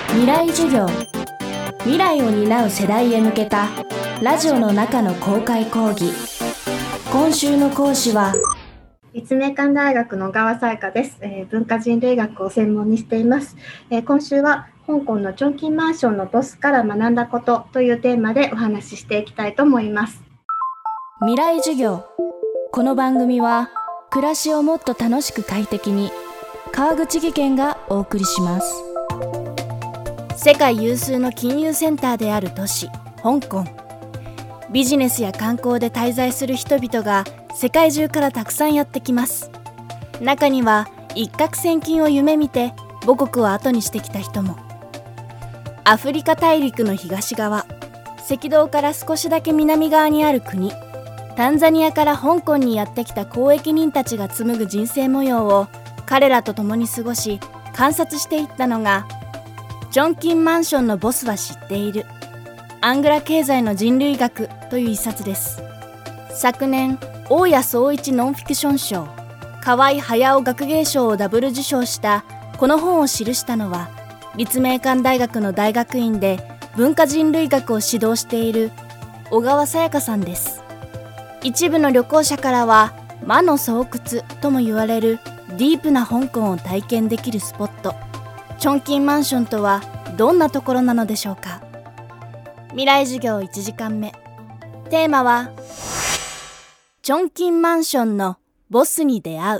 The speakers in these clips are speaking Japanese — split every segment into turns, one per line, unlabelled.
未来授業、未来を担う世代へ向けたラジオの中の公開講義。今週の講師は
立命館大学の小川さやかです。文化人類学を専門にしています。今週は香港のチョンキンマンションのボスから学んだことというテーマでお話ししていきたいと思います。
未来授業。この番組は暮らしをもっと楽しく快適に、川口義賢がお送りします。世界有数の金融センターである都市香港。ビジネスや観光で滞在する人々が世界中からたくさんやってきます。中には一攫千金を夢見て母国を後にしてきた人も。アフリカ大陸の東側、赤道から少しだけ南側にある国、タンザニアから香港にやってきた交易人たちが紡ぐ人生模様を彼らと共に過ごし観察していったのが、チョンキンマンションのボスは知っている、アングラ経済の人類学という一冊です。昨年、大谷総一ノンフィクション賞、河合駿学芸賞をダブル受賞したこの本を記したのは、立命館大学の大学院で文化人類学を指導している小川さやかさんです。一部の旅行者からは魔の巣窟とも言われるディープな香港を体験できるスポット、チョンキンマンションとはどんなところなのでしょうか。未来授業1時間目、テーマはチョンキンマンションのボスに出会う。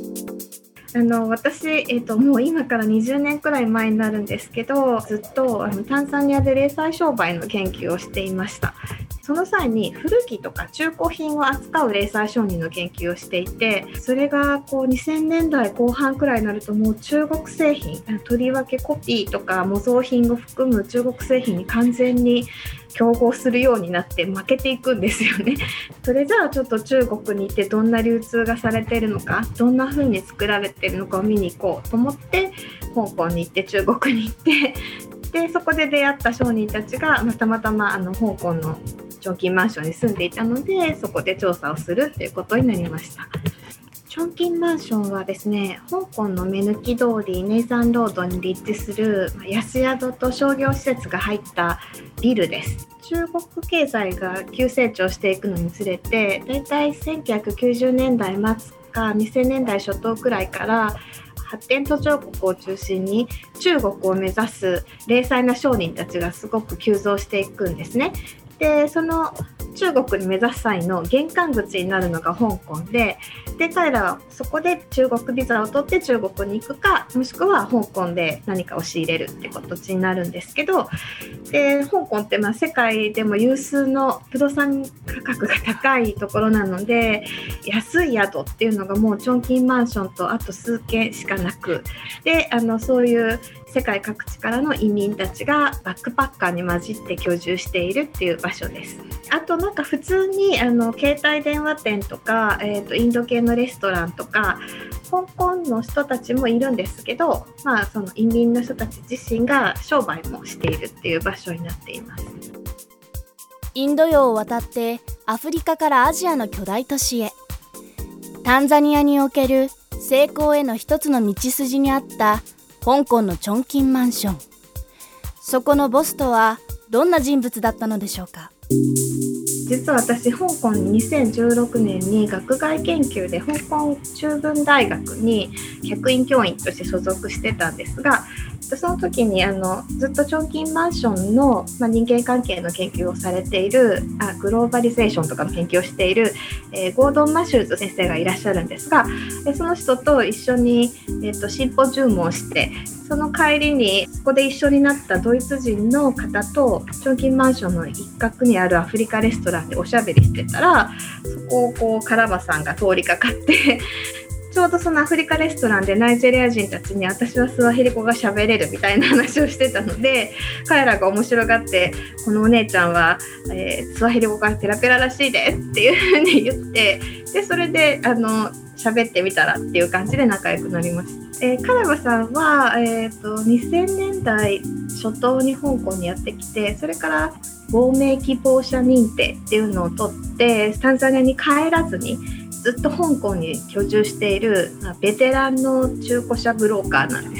私、もう今から20年くらい前になるんですけど、ずっとタンザニアで零細商売の研究をしていました。その際に古着とか中古品を扱う零細商人の研究をしていて、それが2000年代後半くらいになると、もう中国製品、とりわけコピーとか模造品を含む中国製品に完全に競合するようになって負けていくんですよね。それじゃあちょっと中国に行ってどんな流通がされているのか、どんな風に作られているのかを見に行こうと思って、香港に行って中国に行って、でそこで出会った商人たちが、たまたま香港のチョンキンマンションに住んでいたので、そこで調査をするということになりました。チョンキンマンションはですね、香港の目抜き通りネイサンロードに立地する安宿と商業施設が入ったビルです。中国経済が急成長していくのにつれて、だいたい1990年代末か2000年代初頭くらいから発展途上国を中心に中国を目指す零細な商人たちがすごく急増していくんですね。でその中国に目指す際の玄関口になるのが香港で、彼らはそこで中国ビザを取って中国に行くか、もしくは香港で何かを仕入れるって形になるんですけど、で香港って世界でも有数の不動産価格が高いところなので、安い宿っていうのがもうチョンキンマンションとあと数軒しかなく、でそういう世界各地からの移民たちがバックパッカーに混じって居住しているっていう場所です。あと普通に携帯電話店とか、インド系のレストランとか香港の人たちもいるんですけど、その移民の人たち自身が商売もしているっていう場所になっています。
インド洋を渡ってアフリカからアジアの巨大都市へ、タンザニアにおける成功への一つの道筋にあった香港のチョンキンマンション。そこのボスとはどんな人物だったのでしょうか。
実は私、香港に2016年に学外研究で香港中文大学に客員教員として所属してたんですが、その時にずっとチョンキンマンションの、人間関係の研究をされているグローバリゼーションとかの研究をしている、ゴードン・マシューズ先生がいらっしゃるんですが、その人と一緒に、シンポジウムをして、その帰りにそこで一緒になったドイツ人の方とチョンキンマンションの一角にあるアフリカレストランでおしゃべりしてたら、そこをカラバさんが通りかかってちょうどそのアフリカレストランでナイジェリア人たちに私はスワヒリ語が喋れるみたいな話をしてたので、彼らが面白がって、このお姉ちゃんは、スワヒリ語がペラペラらしいですっていうふうに言って、でそれで喋ってみたらっていう感じで仲良くなりました。カラバさんは、2000年代初頭に香港にやってきて、それから亡命希望者認定っていうのを取ってタンザニアに帰らずにずっと香港に居住しているベテランの中古車ブローカーなんですよ。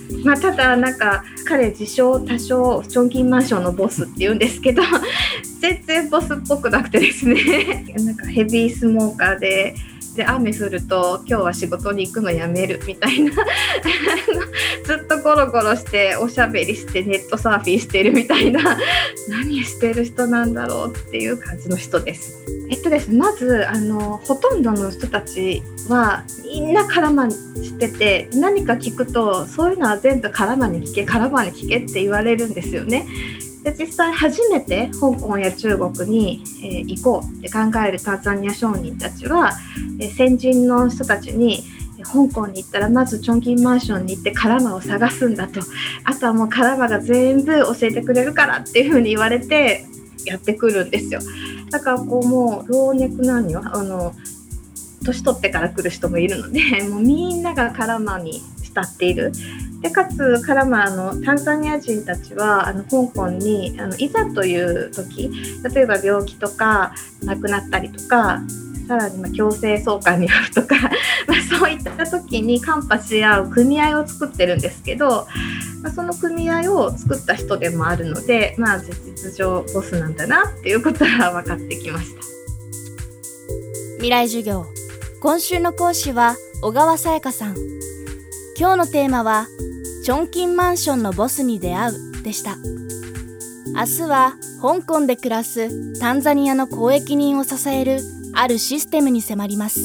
ただ彼自称多少チョンキンマンションのボスって言うんですけど全然ボスっぽくなくてですねヘビースモーカーで雨降ると今日は仕事に行くのやめるみたいなずっとゴロゴロしておしゃべりしてネットサーフィンしてるみたいな何してる人なんだろうっていう感じの人です。ですまずほとんどの人たちはみんなカラマンしてて、何か聞くとそういうのは全部カラマンに聞けって言われるんですよね。で実際初めて香港や中国に、行こうって考えるタンザニア商人たちは、先人の人たちに香港に行ったらまずチョンキンマンションに行ってカラマを探すんだと、あとはもうカラマが全部教えてくれるからっていう風に言われてやってくるんですよ。だからもう老若男女年取ってから来る人もいるので、もうみんながカラマに慕っている。でかつカラマタンザニア人たちは香港にいざという時、例えば病気とか亡くなったりとか、さらに強制送還に遭うとかそういった時にカンパし合う組合を作ってるんですけど、その組合を作った人でもあるので、事実上ボスなんだなっていうことが分かってきました。
未来授業、今週の講師は小川さやかさん。今日のテーマはチョンキンマンションのボスに出会うでした。明日は香港で暮らすタンザニアの交易人を支えるあるシステムに迫ります。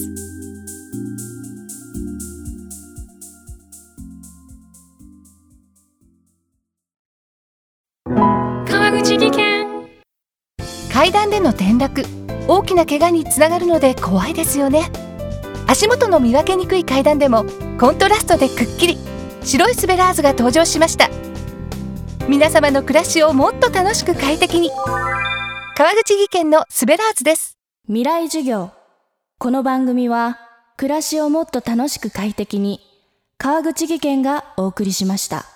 川口技研。階段での転落、大きな怪我につながるので怖いですよね。足元の見分けにくい階段でもコントラストでくっきり白いスベラーズが登場しました。皆様の暮らしをもっと楽しく快適に、川口技研のスベラーズです。
未来授業。この番組は暮らしをもっと楽しく快適に、川口技研がお送りしました。